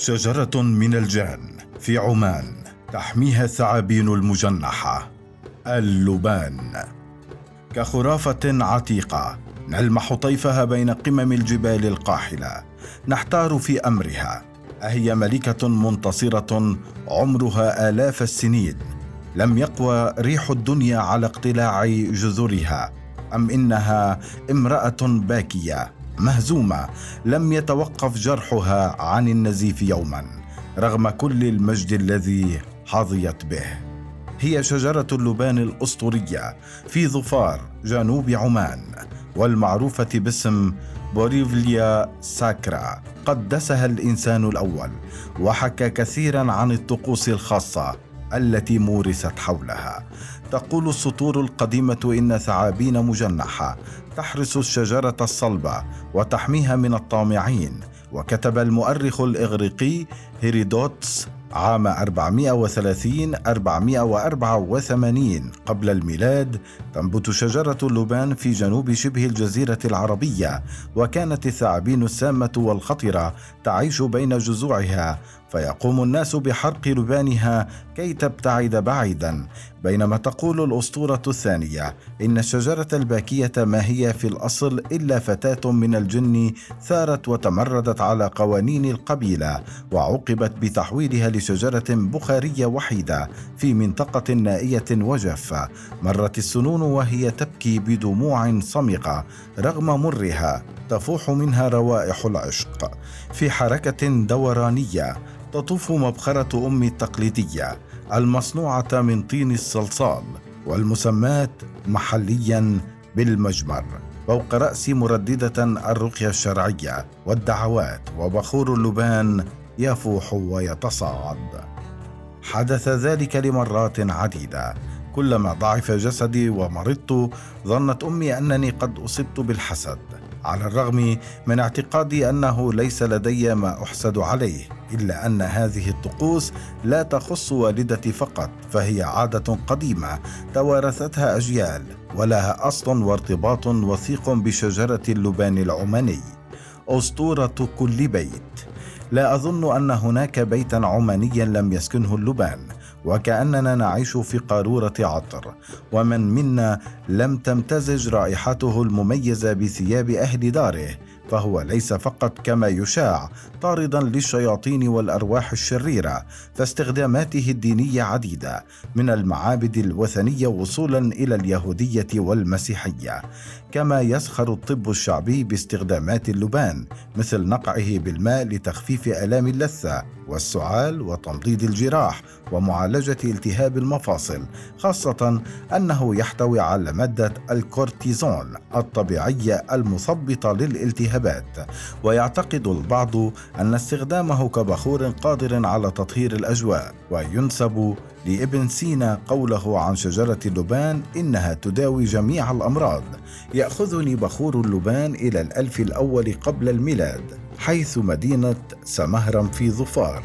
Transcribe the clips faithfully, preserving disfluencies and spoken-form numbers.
شجرة من الجان في عمان تحميها الثعابين المجنحة، اللبان. كخرافة عتيقة نلمح طيفها بين قمم الجبال القاحلة، نحتار في أمرها. أهي ملكة منتصرة عمرها آلاف السنين لم يقوى ريح الدنيا على اقتلاع جذورها، أم إنها امرأة باكية مهزومة لم يتوقف جرحها عن النزيف يوما رغم كل المجد الذي حظيت به؟ هي شجرة اللبان الأسطورية في ظفار جنوب عمان، والمعروفة باسم بوريفليا ساكرا. قدسها الإنسان الأول وحكى كثيرا عن الطقوس الخاصة التي مورست حولها. تقول السطور القديمة إن ثعابين مجنحة تحرس الشجرة الصلبة وتحميها من الطامعين. وكتب المؤرخ الإغريقي هيرودوتس عام أربعمائة وثلاثين أربعمائة وأربعة وثمانين قبل الميلاد: تنبت شجرة اللبان في جنوب شبه الجزيرة العربية، وكانت الثعابين السامة والخطرة تعيش بين جذوعها، فيقوم الناس بحرق لبانها كي تبتعد بعيدا. بينما تقول الأسطورة الثانية إن الشجرة الباكية ما هي في الأصل إلا فتاة من الجن ثارت وتمردت على قوانين القبيلة، وعوقبت بتحويلها لشجرة بخارية وحيدة في منطقة نائية وجافة. مرت السنون وهي تبكي بدموع صمغة رغم مرها، تفوح منها روائح العشق. في حركة دورانية تطوف مبخرة أمي التقليدية المصنوعة من طين الصلصال والمسماة محليا بالمجمر، فوق رأسي مرددة الرقية الشرعية والدعوات، وبخور اللبان يفوح ويتصاعد. حدث ذلك لمرات عديدة. كلما ضعف جسدي ومرضت ظنت أمي أنني قد أصبت بالحسد، على الرغم من اعتقادي أنه ليس لدي ما أحسد عليه، إلا أن هذه الطقوس لا تخص والدتي فقط، فهي عادة قديمة توارثتها أجيال، ولها أصل وارتباط وثيق بشجرة اللبان العماني. أسطورة كل بيت. لا أظن أن هناك بيتا عمانيا لم يسكنه اللبان، وكأننا نعيش في قارورة عطر، ومن منا لم تمتزج رائحته المميزة بثياب أهل داره، فهو ليس فقط كما يشاع طاردا للشياطين والأرواح الشريرة، فاستخداماته الدينية عديدة، من المعابد الوثنية وصولا إلى اليهودية والمسيحية. كما يسخر الطب الشعبي باستخدامات اللبان، مثل نقعه بالماء لتخفيف آلام اللثة والسعال وتمضيد الجراح ومعالجة التهاب المفاصل، خاصة أنه يحتوي على مادة الكورتيزون الطبيعية المثبطة للالتهابات. ويعتقد البعض أن استخدامه كبخور قادر على تطهير الأجواء. وينسب لابن سينا قوله عن شجرة اللبان إنها تداوي جميع الأمراض. يأخذني بخور اللبان إلى الألف الأول قبل الميلاد، حيث مدينة سمهرم في ظفار،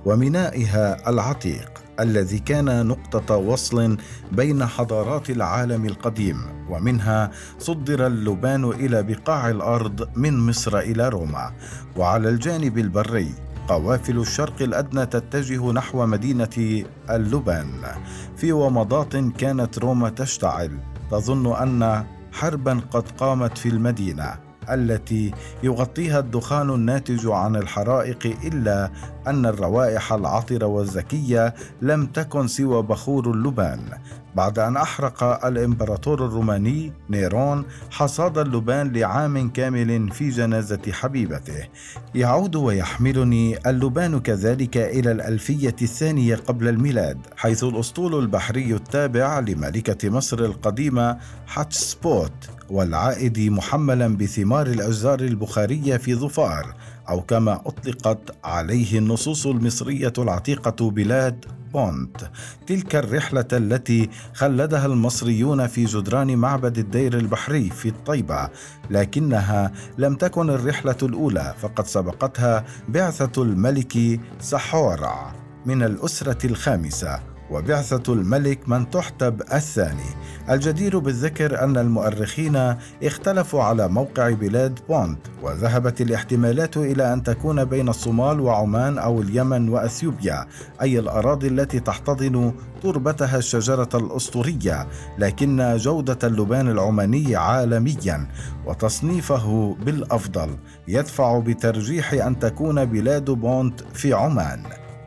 ومينائها العتيق الذي كان نقطة وصل بين حضارات العالم القديم، ومنها صدر اللبان إلى بقاع الأرض من مصر إلى روما. وعلى الجانب البري قوافل الشرق الأدنى تتجه نحو مدينة اللبان. في ومضات كانت روما تشتعل، تظن أن حربا قد قامت في المدينة التي يغطيها الدخان الناتج عن الحرائق، إلا أن الروائح العطرة والزكية لم تكن سوى بخور اللبان. بعد أن أحرق الإمبراطور الروماني نيرون حصاد اللبان لعام كامل في جنازة حبيبته، يعود ويحملني اللبان كذلك إلى الألفية الثانية قبل الميلاد، حيث الأسطول البحري التابع لملكة مصر القديمة حتشبسوت والعائد محملا بثمار الأشجار البخارية في ظفار، أو كما أطلقت عليه النصوص المصرية العتيقة بلاد بونت. تلك الرحلة التي خلدها المصريون في جدران معبد الدير البحري في الطيبة، لكنها لم تكن الرحلة الأولى، فقد سبقتها بعثة الملك سحورع من الأسرة الخامسة، وبعثة الملك منتحتب الثاني. الجدير بالذكر أن المؤرخين اختلفوا على موقع بلاد بونت، وذهبت الاحتمالات إلى أن تكون بين الصومال وعمان أو اليمن وأثيوبيا، أي الأراضي التي تحتضن تربتها الشجرة الأسطورية، لكن جودة اللبان العماني عالميا وتصنيفه بالأفضل يدفع بترجيح أن تكون بلاد بونت في عمان.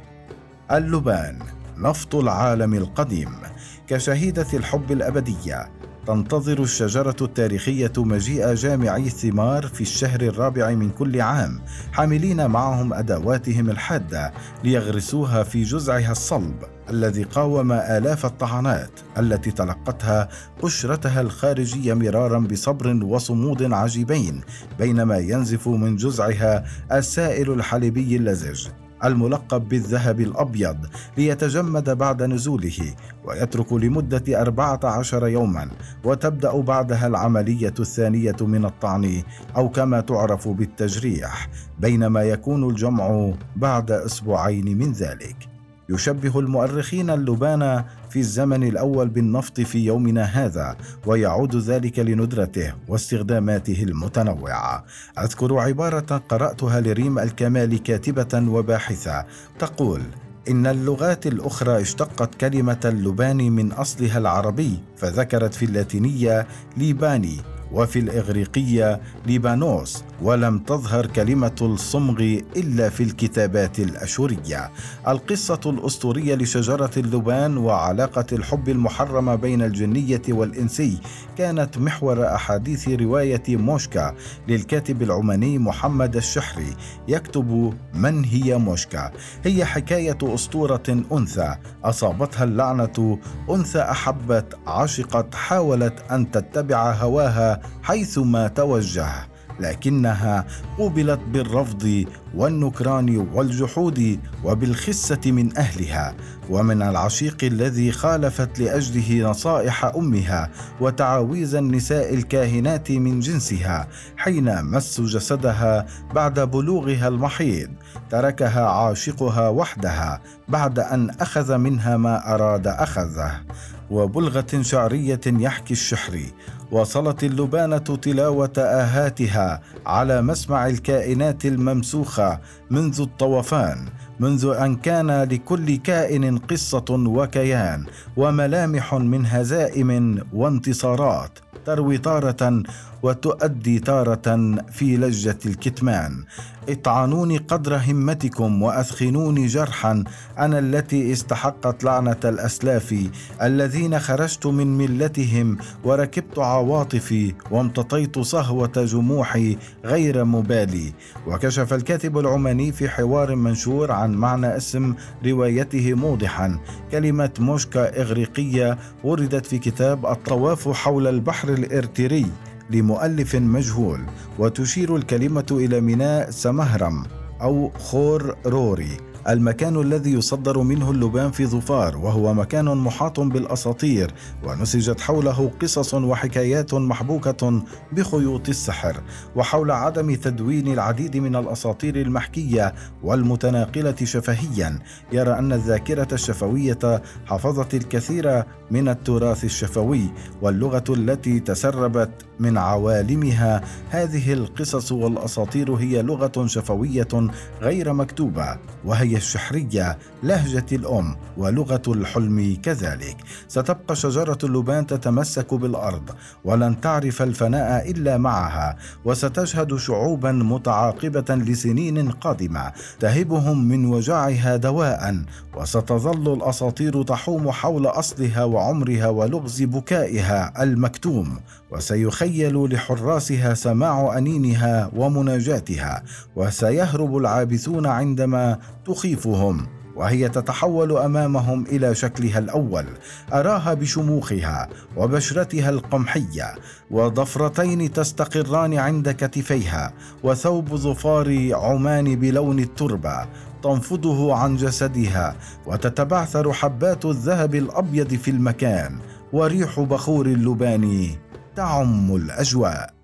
اللبان نفط العالم القديم. كشهيدة الحب الأبدية تنتظر الشجرة التاريخية مجيء جامعي الثمار في الشهر الرابع من كل عام، حاملين معهم أدواتهم الحادة ليغرسوها في جذعها الصلب الذي قاوم آلاف الطعنات التي تلقتها قشرتها الخارجية مرارا بصبر وصمود عجيبين، بينما ينزف من جذعها السائل الحليبي اللزج الملقب بالذهب الأبيض ليتجمد بعد نزوله ويترك لمدة أربعة عشر يوما، وتبدأ بعدها العملية الثانية من الطعن أو كما تعرف بالتجريح، بينما يكون الجمع بعد أسبوعين من ذلك. يشبه المؤرخين اللبان في الزمن الأول بالنفط في يومنا هذا، ويعود ذلك لندرته واستخداماته المتنوعة. أذكر عبارة قرأتها لريم الكمال كاتبة وباحثة تقول: إن اللغات الأخرى اشتقت كلمة اللبان من أصلها العربي، فذكرت في اللاتينية ليباني وفي الإغريقية ليبانوس، ولم تظهر كلمة الصمغ إلا في الكتابات الأشورية. القصة الأسطورية لشجرة اللبان وعلاقة الحب المحرمة بين الجنية والإنسي كانت محور أحاديث رواية موشكا للكاتب العماني محمد الشحري، يكتب: من هي موشكا؟ هي حكاية أسطورة أنثى أصابتها اللعنة، أنثى أحبت، عشقت، حاولت أن تتبع هواها حيثما توجه، لكنها قوبلت بالرفض والنكران والجحود وبالخسة من أهلها ومن العشيق الذي خالفت لأجله نصائح أمها وتعاويذ النساء الكاهنات من جنسها. حين مسوا جسدها بعد بلوغها المحيض تركها عاشقها وحدها بعد أن أخذ منها ما أراد أخذه. وبلغة شعرية يحكي الشحري: وصلت اللبانة تلاوة آهاتها على مسمع الكائنات الممسوخة منذ الطوفان، منذ أن كان لكل كائن قصة وكيان وملامح من هزائم وانتصارات، تروي تارة وتؤدي تارة في لجة الكتمان. اطعنوني قدر همتكم وأثخنوني جرحا، أنا التي استحقت لعنة الأسلاف الذين خرجت من ملتهم وركبت عواطفي وامتطيت صهوة جموحي غير مبالي. وكشف الكاتب العماني في حوار منشور عن معنى اسم روايته موضحا: كلمة موشكا إغريقية وردت في كتاب الطواف حول البحر الإرتري لمؤلف مجهول، وتشير الكلمة إلى ميناء سمهرم أو خور روري، المكان الذي يصدر منه اللبان في ظفار، وهو مكان محاط بالأساطير ونسجت حوله قصص وحكايات محبوكة بخيوط السحر، وحول عدم تدوين العديد من الأساطير المحكية والمتناقلة شفهيا. يرى أن الذاكرة الشفوية حفظت الكثير من التراث الشفوي، واللغة التي تسربت من عوالمها هذه القصص والأساطير هي لغة شفوية غير مكتوبة، وهي الشحرية لهجة الأم ولغة الحلم كذلك. ستبقى شجرة اللبان تتمسك بالأرض ولن تعرف الفناء إلا معها، وستشهد شعوبا متعاقبة لسنين قادمة تهبهم من وجعها دواء، وستظل الأساطير تحوم حول أصلها وعمرها ولغز بكائها المكتوم، وسيخيل لحراسها سماع أنينها ومناجاتها، وسيهرب العابثون عندما تخيفهم وهي تتحول أمامهم إلى شكلها الأول. أراها بشموخها وبشرتها القمحية وضفرتين تستقران عند كتفيها وثوب ظفار عمان بلون التربة تنفضه عن جسدها، وتتبعثر حبات الذهب الأبيض في المكان، وريح بخور اللبان تعم الأجواء.